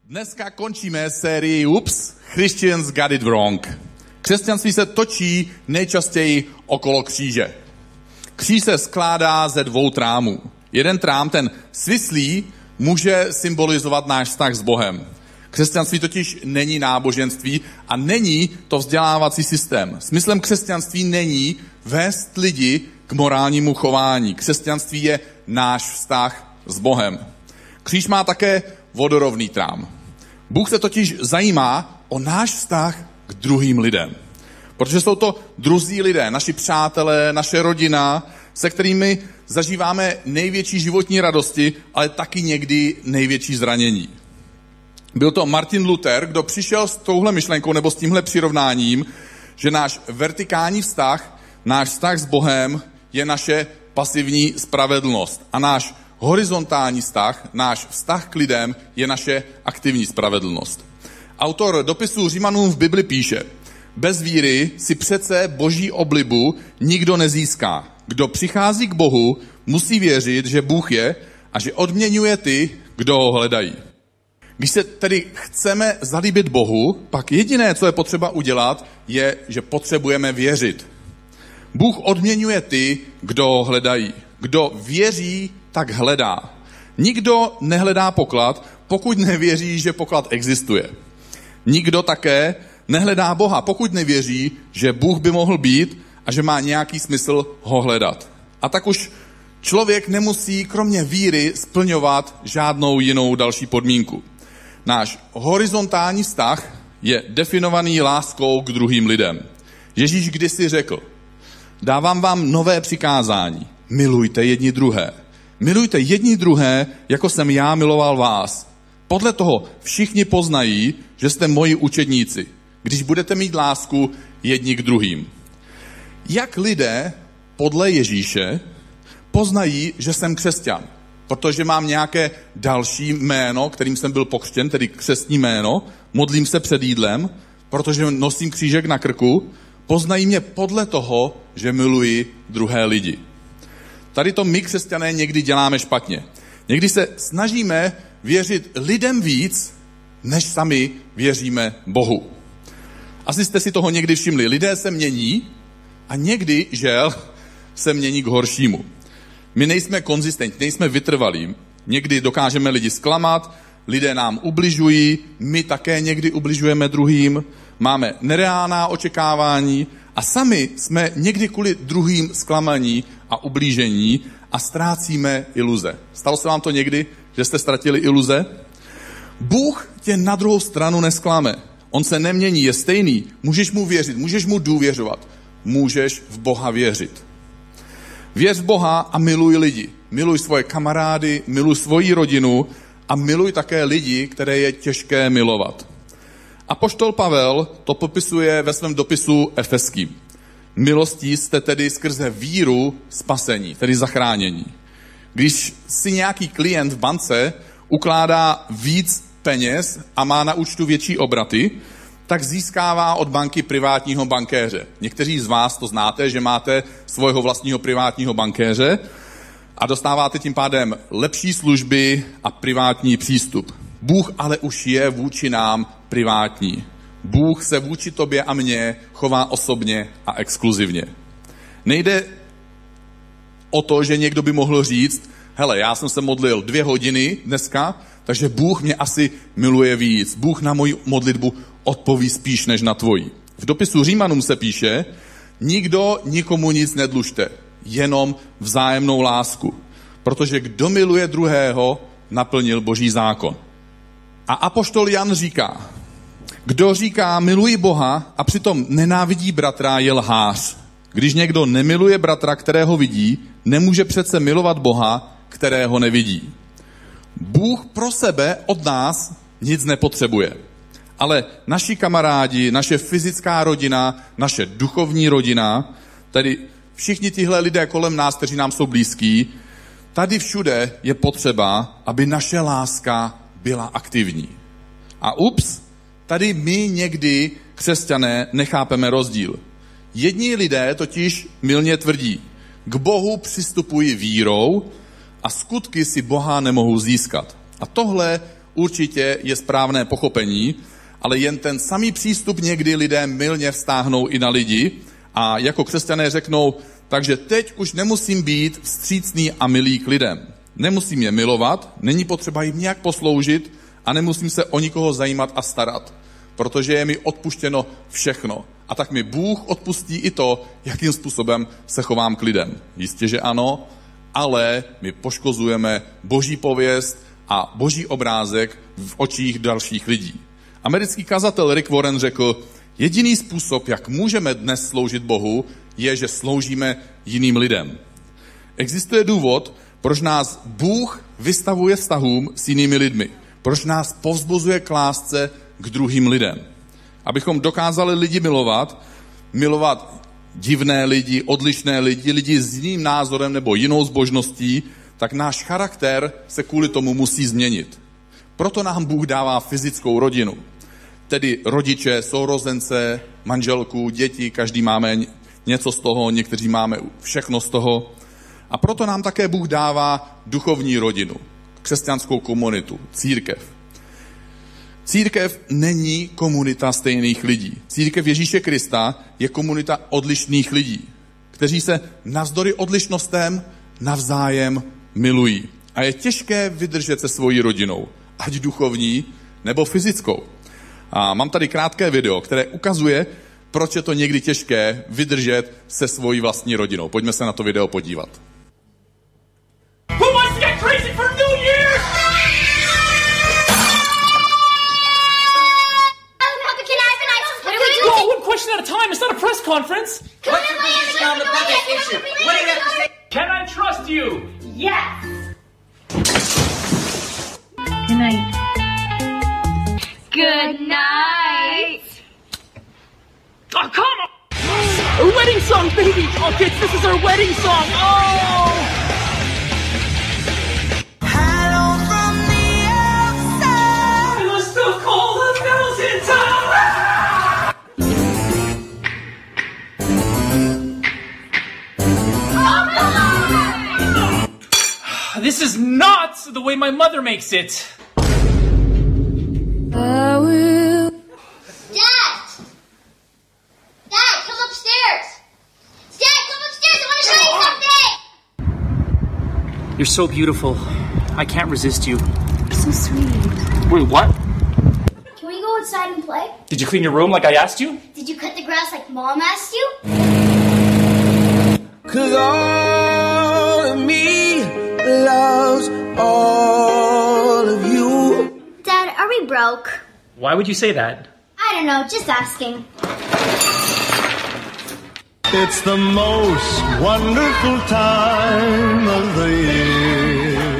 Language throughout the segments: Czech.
Dneska končíme sérii Christians got it wrong. Křesťanství se točí nejčastěji okolo kříže. Kříž se skládá ze dvou trámů. Jeden trám, ten svislý, může symbolizovat náš vztah s Bohem. Křesťanství totiž není náboženství a není to vzdělávací systém. Smyslem křesťanství není vést lidi k morálnímu chování. Křesťanství je náš vztah s Bohem. Kříž má také vodorovný trám. Bůh se totiž zajímá o náš vztah k druhým lidem. Protože jsou to druzí lidé, naši přátelé, naše rodina, se kterými zažíváme největší životní radosti, ale taky někdy největší zranění. Byl to Martin Luther, kdo přišel s touhle myšlenkou nebo s tímhle přirovnáním, že náš vertikální vztah, náš vztah s Bohem je naše pasivní spravedlnost a náš horizontální vztah, náš vztah k lidem je naše aktivní spravedlnost. Autor dopisu Římanům v Bibli píše: bez víry si přece boží oblibu nikdo nezíská. Kdo přichází k Bohu, musí věřit, že Bůh je a že odměňuje ty, kdo ho hledají. Když se tedy chceme zalíbit Bohu, pak jediné, co je potřeba udělat, je, že potřebujeme věřit. Bůh odměňuje ty, kdo ho hledají. Kdo věří, tak hledá. Nikdo nehledá poklad, pokud nevěří, že poklad existuje. Nikdo také nehledá Boha, pokud nevěří, že Bůh by mohl být a že má nějaký smysl ho hledat. A tak už člověk nemusí kromě víry splňovat žádnou jinou další podmínku. Náš horizontální vztah je definovaný láskou k druhým lidem. Ježíš kdysi řekl: dávám vám nové přikázání. Milujte jedni druhé. Milujte jedni druhé, jako jsem já miloval vás. Podle toho všichni poznají, že jste moji učedníci, když budete mít lásku jedni k druhým. Jak lidé podle Ježíše poznají, že jsem křesťan? Protože mám nějaké další jméno, kterým jsem byl pokřtěn, tedy křestní jméno, modlím se před jídlem, protože nosím křížek na krku, poznají mě podle toho, že miluji druhé lidi. Tady to my, křesťané, někdy děláme špatně. Někdy se snažíme věřit lidem víc, než sami věříme Bohu. Asi jste si toho někdy všimli. Lidé se mění a někdy, žel, se mění k horšímu. My nejsme konzistentní, nejsme vytrvalí. Někdy dokážeme lidi zklamat, lidé nám ubližují, my také někdy ubližujeme druhým, máme nereálná očekávání a sami jsme někdy kvůli druhým zklamaní a ublížení a ztrácíme iluze. Stalo se vám to někdy, že jste ztratili iluze? Bůh tě na druhou stranu nesklame. On se nemění, je stejný. Můžeš mu věřit, můžeš mu důvěřovat. Můžeš v Boha věřit. Věř v Boha a miluj lidi. Miluj svoje kamarády, miluj svoji rodinu a miluj také lidi, které je těžké milovat. Apoštol Pavel to popisuje ve svém dopisu Efeským. Milostí jste tedy skrze víru spasení, tedy zachránění. Když si nějaký klient v bance ukládá víc peněz a má na účtu větší obraty, tak získává od banky privátního bankéře. Někteří z vás to znáte, že máte svého vlastního privátního bankéře a dostáváte tím pádem lepší služby a privátní přístup. Bůh ale už je vůči nám privátní. Bůh se vůči tobě a mně chová osobně a exkluzivně. Nejde o to, že někdo by mohl říct: hele, já jsem se modlil 2 hodiny dneska, takže Bůh mě asi miluje víc. Bůh na moji modlitbu odpoví spíš než na tvoji. V dopisu Římanům se píše: nikdo nikomu nic nedlužte, jenom vzájemnou lásku. Protože kdo miluje druhého, naplnil Boží zákon. A apoštol Jan říká: kdo říká miluji Boha a přitom nenávidí bratra, je lhář. Když někdo nemiluje bratra, kterého vidí, nemůže přece milovat Boha, kterého nevidí. Bůh pro sebe od nás nic nepotřebuje. Ale naši kamarádi, naše fyzická rodina, naše duchovní rodina, tedy všichni tihle lidé kolem nás, kteří nám jsou blízký, tady všude je potřeba, aby naše láska byla aktivní. A tady my někdy, křesťané, nechápeme rozdíl. Jedni lidé totiž mylně tvrdí: k Bohu přistupují vírou a skutky si Boha nemohou získat. A tohle určitě je správné pochopení, ale jen ten samý přístup někdy lidé mylně vztáhnou i na lidi a jako křesťané řeknou, takže teď už nemusím být vstřícný a milý k lidem. Nemusím je milovat, není potřeba jim nějak posloužit a nemusím se o nikoho zajímat a starat, protože je mi odpuštěno všechno. A tak mi Bůh odpustí i to, jakým způsobem se chovám k lidem. Jistě, že ano, ale my poškozujeme Boží pověst a Boží obrázek v očích dalších lidí. Americký kazatel Rick Warren řekl, jediný způsob, jak můžeme dnes sloužit Bohu, je, že sloužíme jiným lidem. Existuje důvod, proč nás Bůh vystavuje vztahům s jinými lidmi. Proč nás povzbuzuje k lásce k druhým lidem. Abychom dokázali lidi milovat divné lidi, odlišné lidi, lidi s jiným názorem nebo jinou zbožností, tak náš charakter se kvůli tomu musí změnit. Proto nám Bůh dává fyzickou rodinu. Tedy rodiče, sourozence, manželku, děti, každý máme něco z toho, někteří máme všechno z toho. A proto nám také Bůh dává duchovní rodinu, křesťanskou komunitu, církev. Církev není komunita stejných lidí. Církev Ježíše Krista je komunita odlišných lidí, kteří se navzdory odlišnostem navzájem milují. A je těžké vydržet se svojí rodinou, ať duchovní nebo fyzickou. A mám tady krátké video, které ukazuje, proč je to někdy těžké vydržet se svojí vlastní rodinou. Pojďme se na to video podívat. Who wants to get crazy for New Year's? Whoa, one question at a time. It's not a press conference. What's your position on the budget issue? What do you have to say? Can I trust you? Yes. Good night. Good night. Oh, come on! A wedding song, baby! Oh, kids, this is our wedding song! Oh! Hello from the outside. I must still call the bells in town! This is not the way my mother makes it. Dad! Dad, come upstairs! Dad, come upstairs! I want to show you something! You're so beautiful. I can't resist you. So sweet. Wait, what? Can we go outside and play? Did you clean your room like I asked you? Did you cut the grass like Mom asked you? 'Cause all of me loves all of you. Dad, are we broke? Why would you say that? I don't know, just asking. It's the most wonderful time of the year.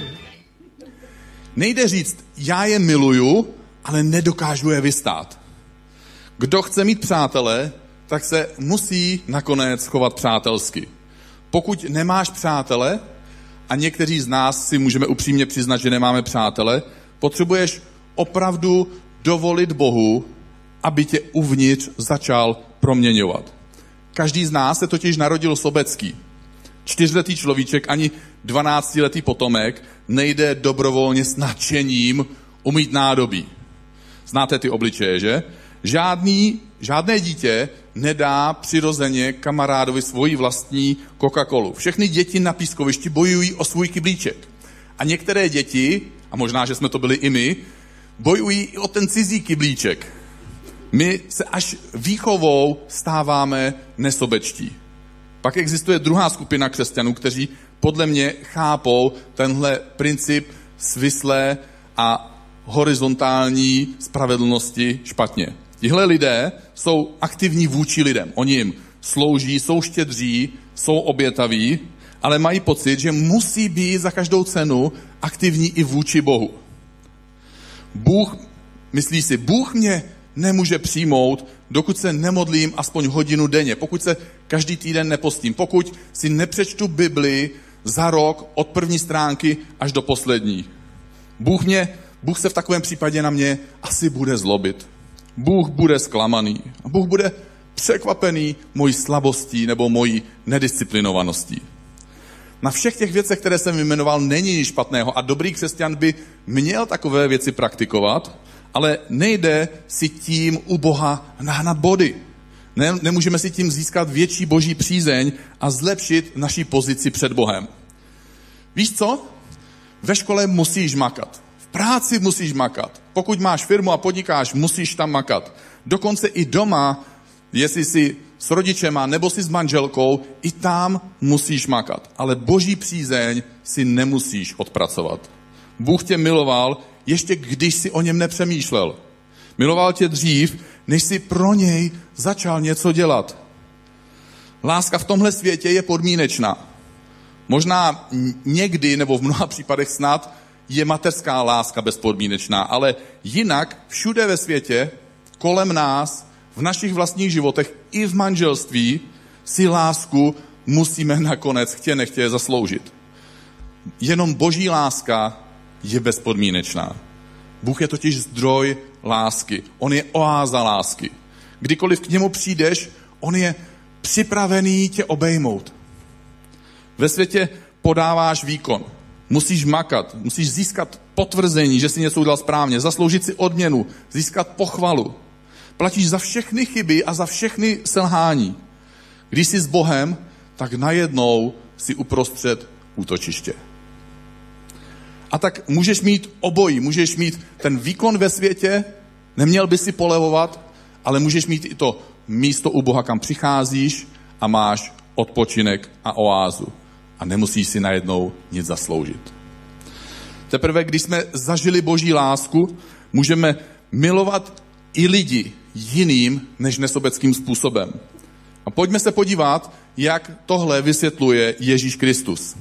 Nejde říct, já je miluju, ale nedokážu je vystát. Kdo chce mít přátele, tak se musí nakonec chovat přátelsky. Pokud nemáš přátele, a někteří z nás si můžeme upřímně přiznat, že nemáme přátele, potřebuješ opravdu dovolit Bohu, aby tě uvnitř začal proměňovat. Každý z nás se totiž narodil sobecký. 4letý človíček ani 12letý potomek nejde dobrovolně s nadšením umýt nádobí. Znáte ty obličeje, že? Žádné dítě nedá přirozeně kamarádovi svoji vlastní Coca-Colu. Všechny děti na pískovišti bojují o svůj kyblíček. A některé děti, a možná, že jsme to byli i my, bojují i o ten cizí kyblíček. My se až výchovou stáváme nesobečtí. Pak existuje druhá skupina křesťanů, kteří podle mě chápou tenhle princip svislé a horizontální spravedlnosti špatně. Tihle lidé jsou aktivní vůči lidem. Oni jim slouží, jsou štědří, jsou obětaví, ale mají pocit, že musí být za každou cenu aktivní i vůči Bohu. Myslí si, Bůh mě nemůže přijmout, dokud se nemodlím aspoň hodinu denně, pokud se každý týden nepostím, pokud si nepřečtu Bibli za rok od první stránky až do poslední. Bůh se v takovém případě na mě asi bude zlobit. Bůh bude zklamaný. Bůh bude překvapený mojí slabostí nebo mojí nedisciplinovaností. Na všech těch věcech, které jsem vyjmenoval, není nic špatného a dobrý křesťan by měl takové věci praktikovat, ale nejde si tím u Boha nahnat body. Nemůžeme si tím získat větší boží přízeň a zlepšit naši pozici před Bohem. Víš co? Ve škole musíš makat. V práci musíš makat. Pokud máš firmu a podnikáš, musíš tam makat. Dokonce i doma, jestli jsi s rodičema nebo si s manželkou, i tam musíš makat. Ale boží přízeň si nemusíš odpracovat. Bůh tě miloval, ještě když si o něm nepřemýšlel. Miloval tě dřív, než si pro něj začal něco dělat. Láska v tomhle světě je podmínečná. Možná někdy, nebo v mnoha případech snad, je mateřská láska bezpodmínečná, ale jinak všude ve světě, kolem nás, v našich vlastních životech i v manželství si lásku musíme nakonec chtě nechtě zasloužit. Jenom boží láska je bezpodmínečná. Bůh je totiž zdroj lásky. On je oáza lásky. Kdykoliv k němu přijdeš, on je připravený tě obejmout. Ve světě podáváš výkon. Musíš makat, musíš získat potvrzení, že jsi něco udělal správně, zasloužit si odměnu, získat pochvalu. Platíš za všechny chyby a za všechny selhání. Když jsi s Bohem, tak najednou jsi uprostřed útočiště. A tak můžeš mít obojí, můžeš mít ten výkon ve světě, neměl by si polevovat, ale můžeš mít i to místo u Boha, kam přicházíš a máš odpočinek a oázu. A nemusíš si najednou nic zasloužit. Teprve, když jsme zažili boží lásku, můžeme milovat i lidi jiným než nesobeckým způsobem. A pojďme se podívat, jak tohle vysvětluje Ježíš Kristus.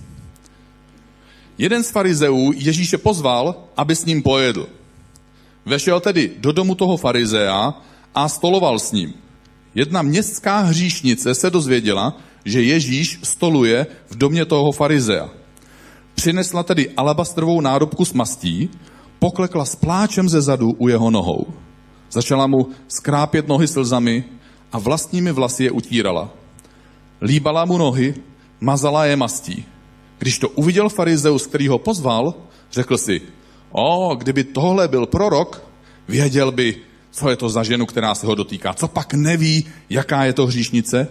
Jeden z farizeů Ježíše pozval, aby s ním pojedl. Vešel tedy do domu toho farizea a stoloval s ním. Jedna městská hříšnice se dozvěděla, že Ježíš stoluje v domě toho farizea. Přinesla tedy alabastrovou nádobku s mastí, poklekla s pláčem ze zadu u jeho nohou. Začala mu skrápět nohy slzami a vlastními vlasy je utírala. Líbala mu nohy, mazala je mastí. Když to uviděl farizeus, který ho pozval, řekl si, kdyby tohle byl prorok, věděl by, co je to za ženu, která se ho dotýká. Co pak neví, jaká je to hříšnice?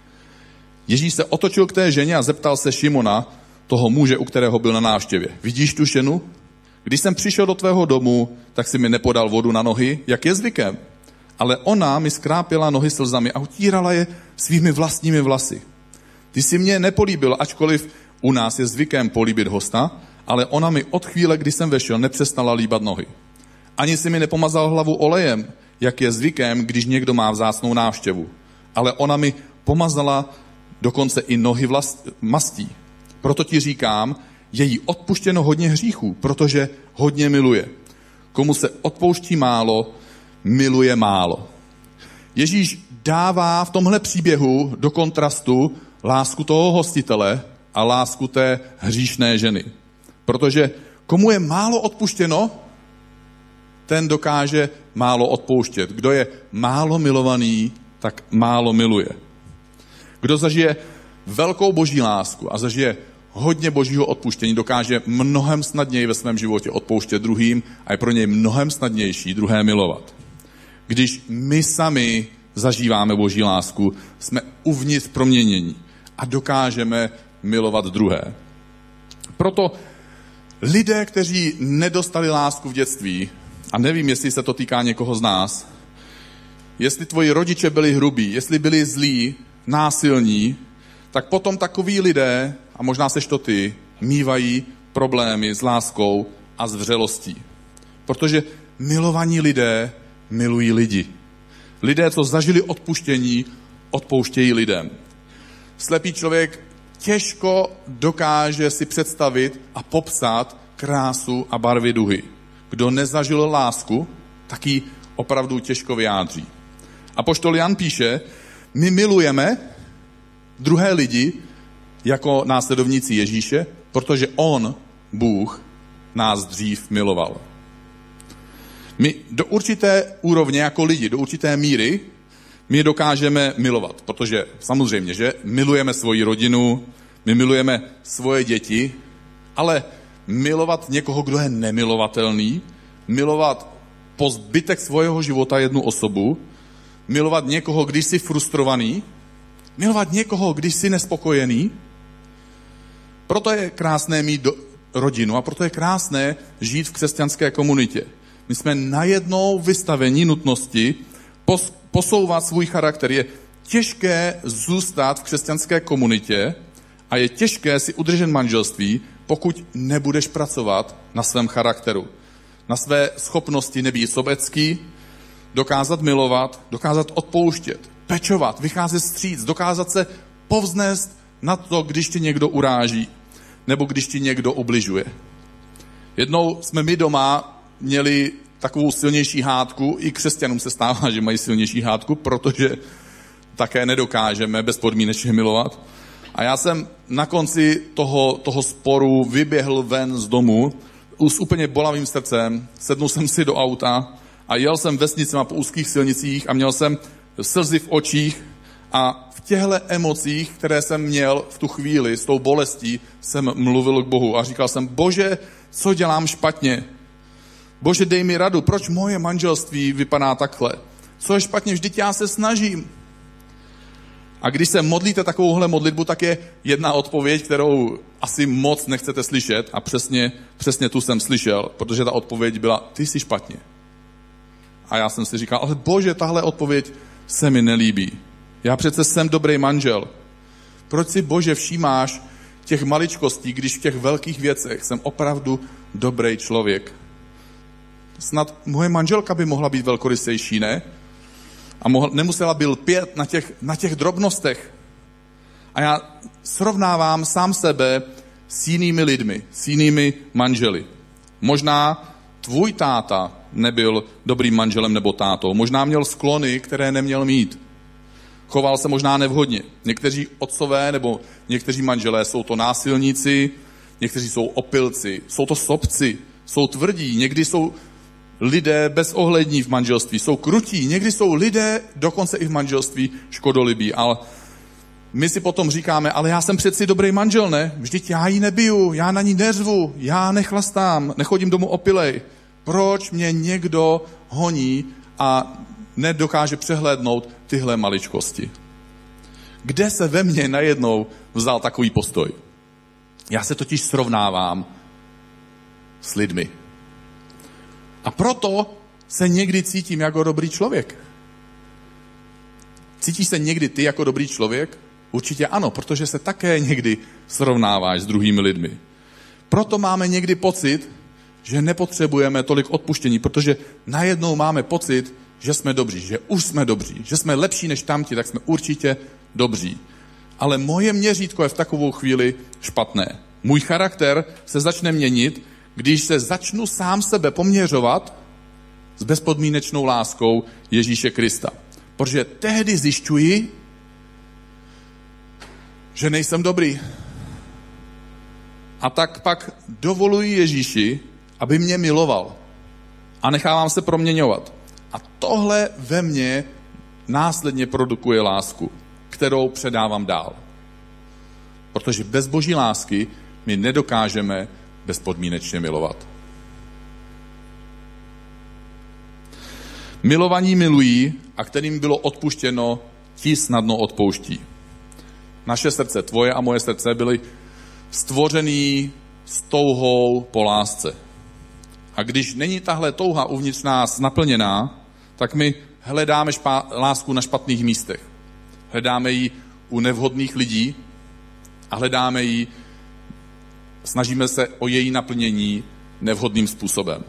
Ježíš se otočil k té ženě a zeptal se Šimona, toho muže, u kterého byl na návštěvě. Vidíš tu ženu? Když jsem přišel do tvého domu, tak si mi nepodal vodu na nohy, jak je zvykem. Ale ona mi skrápěla nohy slzami a utírala je svými vlastními vlasy. Ty si mě nepolíbil, ačkoliv u nás je zvykem políbit hosta, ale ona mi od chvíle, kdy jsem vešel, nepřestala líbat nohy. Ani si mi nepomazal hlavu olejem, jak je zvykem, když někdo má vzácnou návštěvu. Ale ona mi pomazala dokonce i nohy mastí. Proto ti říkám, je jí odpuštěno hodně hříchů, protože hodně miluje. Komu se odpouští málo, miluje málo. Ježíš dává v tomhle příběhu do kontrastu lásku toho hostitele a lásku té hříšné ženy. Protože komu je málo odpuštěno, ten dokáže málo odpouštět. Kdo je málo milovaný, tak málo miluje. Kdo zažije velkou boží lásku a zažije hodně božího odpuštění, dokáže mnohem snadněji ve svém životě odpouštět druhým a je pro něj mnohem snadnější druhé milovat. Když my sami zažíváme boží lásku, jsme uvnitř proměnění a dokážeme milovat druhé. Proto lidé, kteří nedostali lásku v dětství, a nevím, jestli se to týká někoho z nás, jestli tvoji rodiče byli hrubí, jestli byli zlí, násilní, tak potom takoví lidé, a možná seš to ty, mívají problémy s láskou a s vřelostí. Protože milovaní lidé milují lidi. Lidé, co zažili odpuštění, odpouštějí lidem. Slepý člověk těžko dokáže si představit a popsat krásu a barvy duhy. Kdo nezažil lásku, tak ji opravdu těžko vyjádří. Apoštol Jan píše, my milujeme druhé lidi jako následovníci Ježíše, protože on, Bůh, nás dřív miloval. My do určité úrovně jako lidi, do určité míry, my dokážeme milovat, protože samozřejmě, že milujeme svoji rodinu, My milujeme svoje děti, ale milovat někoho, kdo je nemilovatelný, milovat po zbytek svého života jednu osobu, milovat někoho, když jsi frustrovaný, milovat někoho, když jsi nespokojený. Proto je krásné mít rodinu a proto je krásné žít v křesťanské komunitě. My jsme najednou vystaveni nutnosti posouvat svůj charakter. Je těžké zůstat v křesťanské komunitě a je těžké si udržet manželství, pokud nebudeš pracovat na svém charakteru, na své schopnosti nebýt sobecký, dokázat milovat, dokázat odpouštět, pečovat, vycházet vstříc, dokázat se povznést na to, když tě někdo uráží nebo když ti někdo ubližuje. Jednou jsme my doma měli takovou silnější hádku, i křesťanům se stává, že mají silnější hádku, protože také nedokážeme bezpodmínečně milovat. A já jsem na konci toho sporu vyběhl ven z domu s úplně bolavým srdcem, sednul jsem si do auta a jel jsem vesnicema po úzkých silnicích a měl jsem slzy v očích a v těchto emocích, které jsem měl v tu chvíli s tou bolestí, jsem mluvil k Bohu a říkal jsem: Bože, co dělám špatně? Bože, dej mi radu, proč moje manželství vypadá takhle? Co je špatně? Vždyť já se snažím. A když se modlíte takovouhle modlitbu, tak je jedna odpověď, kterou asi moc nechcete slyšet a přesně tu jsem slyšel, protože ta odpověď byla: ty jsi špatně. A já jsem si říkal: ale Bože, tahle odpověď se mi nelíbí. Já přece jsem dobrý manžel. Proč si, Bože, všímáš těch maličkostí, když v těch velkých věcech jsem opravdu dobrý člověk? Snad moje manželka by mohla být velkorysejší, ne? A nemusela by lpět na těch drobnostech. A já srovnávám sám sebe s jinými lidmi, s jinými manželi. Možná tvůj táta nebyl dobrým manželem nebo tátou. Možná měl sklony, které neměl mít. Choval se možná nevhodně. Někteří otcové nebo někteří manželé jsou to násilníci, někteří jsou opilci, jsou to sobci, jsou tvrdí, někdy jsou lidé bezohlední v manželství, jsou krutí, někdy jsou lidé dokonce i v manželství škodolibí. Ale my si potom říkáme: ale já jsem přeci dobrý manžel, ne? Vždyť já ji nebiju, já na ní neřvu, já nechlastám, nechodím domů opilej. Proč mě někdo honí a nedokáže přehlédnout tyhle maličkosti? Kde se ve mně najednou vzal takový postoj? Já se totiž srovnávám s lidmi. A proto se někdy cítím jako dobrý člověk. Cítíš se někdy ty jako dobrý člověk? Určitě ano, protože se také někdy srovnáváš s druhými lidmi. Proto máme někdy pocit, že nepotřebujeme tolik odpuštění, protože najednou máme pocit, že jsme dobří, že už jsme dobří, že jsme lepší než tamti, tak jsme určitě dobří. Ale moje měřítko je v takovou chvíli špatné. Můj charakter se začne měnit, když se začnu sám sebe poměřovat s bezpodmínečnou láskou Ježíše Krista. Protože tehdy zjišťuji, že nejsem dobrý. A tak pak dovoluji Ježíši, aby mě miloval. A nechávám se proměňovat. A tohle ve mně následně produkuje lásku, kterou předávám dál. Protože bez Boží lásky my nedokážeme bezpodmínečně milovat. Milovaní milují, a kterým bylo odpuštěno, ti snadno odpouští. Naše srdce, tvoje a moje srdce, byly stvořený s touhou po lásce. A když není tahle touha uvnitř nás naplněná, tak my hledáme lásku na špatných místech. Hledáme ji u nevhodných lidí a snažíme se o její naplnění nevhodným způsobem.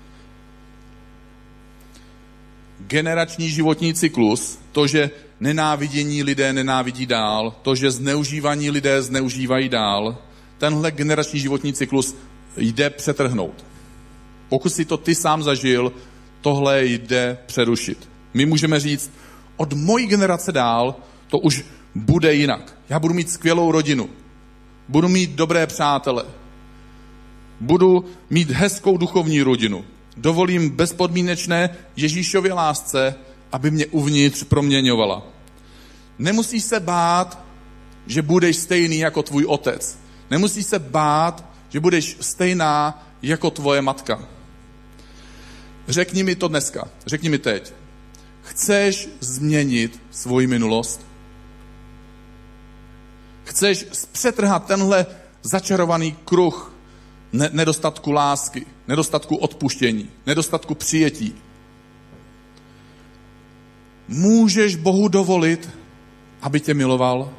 Generační životní cyklus, to, že nenávidění lidé nenávidí dál, to, že zneužívaní lidé zneužívají dál, tenhle generační životní cyklus jde přetrhnout. Pokud si to ty sám zažil, tohle jde přerušit. My můžeme říct: od mojí generace dál to už bude jinak. Já budu mít skvělou rodinu. Budu mít dobré přátele. Budu mít hezkou duchovní rodinu. Dovolím bezpodmínečné Ježíšově lásce, aby mě uvnitř proměňovala. Nemusíš se bát že budeš stejný jako tvůj otec. Nemusíš se bát, že budeš stejná jako tvoje matka. Řekni mi to dneska, řekni mi teď. Chceš změnit svoji minulost? Chceš zpřetrhat tenhle začarovaný kruh nedostatku lásky, nedostatku odpuštění, nedostatku přijetí? Můžeš Bohu dovolit, aby tě miloval?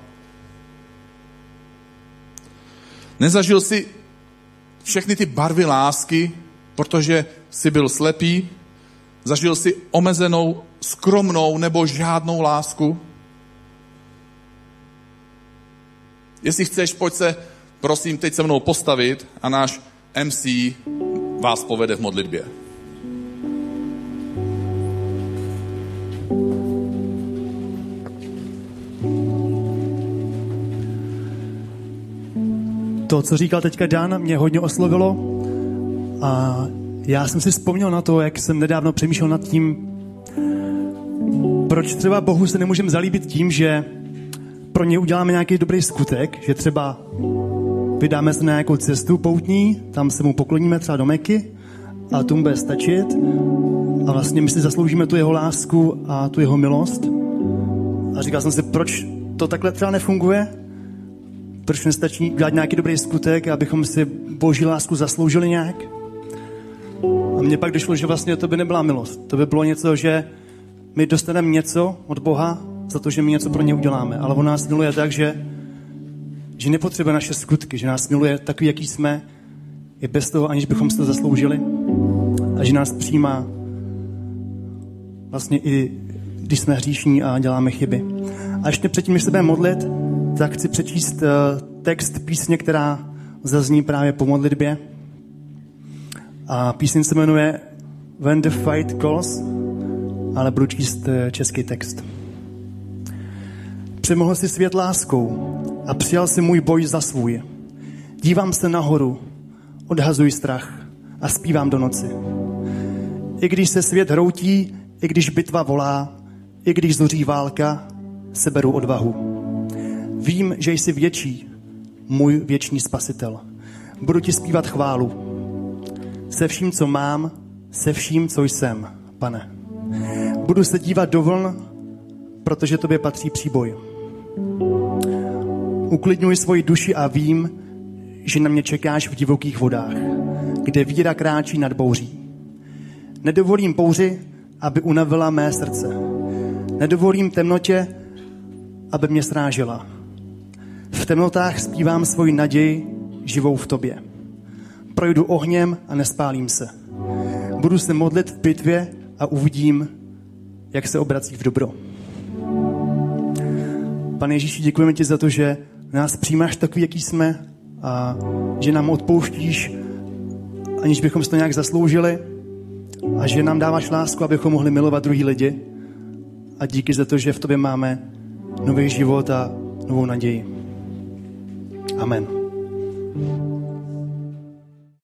Nezažil jsi všechny ty barvy lásky, protože jsi byl slepý? Zažil jsi omezenou, skromnou nebo žádnou lásku? Jestli chceš, pojď se, prosím, teď se mnou postavit a náš MC vás povede v modlitbě. To, co říkal teďka Dan, mě hodně oslovilo a já jsem si vzpomněl na to, jak jsem nedávno přemýšlel nad tím, proč třeba Bohu se nemůžeme zalíbit tím, že pro ně uděláme nějaký dobrý skutek, že třeba vydáme se na nějakou cestu poutní, tam se mu pokloníme třeba do Meky a tomu bude stačit a vlastně my si zasloužíme tu jeho lásku a tu jeho milost. A říkal jsem si, proč to takhle třeba nefunguje? Proč nestačí dělat nějaký dobrý skutek, abychom si Boží lásku zasloužili nějak? A mně pak došlo, že vlastně to by nebyla milost. To by bylo něco, že my dostaneme něco od Boha za to, že my něco pro ně uděláme. Ale on nás miluje tak, že nepotřebuje naše skutky, že nás miluje takový, jaký jsme, i bez toho, aniž bychom si to zasloužili. A že nás přijímá vlastně i když jsme hříšní a děláme chyby. A ještě předtím, než se budeme modlit, tak chci přečíst text písně, která zazní právě po modlitbě. A píseň se jmenuje When the Fight Calls, ale budu číst český text. Přemohl si svět láskou a přijal si můj boj za svůj. Dívám se nahoru, odhazuji strach a zpívám do noci. I když se svět hroutí, i když bitva volá, i když zuří válka, seberu odvahu. Vím, že jsi větší, můj věčný spasitel. Budu ti zpívat chválu. Se vším, co mám, se vším, co jsem, Pane. Budu se dívat do vln, protože tobě patří příboj. Uklidňuji svoji duši a vím, že na mě čekáš v divokých vodách, kde víra kráčí nad bouří. Nedovolím bouři, aby unavila mé srdce. Nedovolím temnotě, aby mě srážela. V temnotách zpívám svoji naději živou v tobě. Projdu ohněm a nespálím se. Budu se modlit v bitvě a uvidím, jak se obrací v dobro. Pane Ježíši, děkujeme ti za to, že nás přijímáš takový, jaký jsme a že nám odpouštíš, aniž bychom si to nějak zasloužili a že nám dáváš lásku, abychom mohli milovat druhý lidi. A díky za to, že v tobě máme nový život a novou naději. Amen.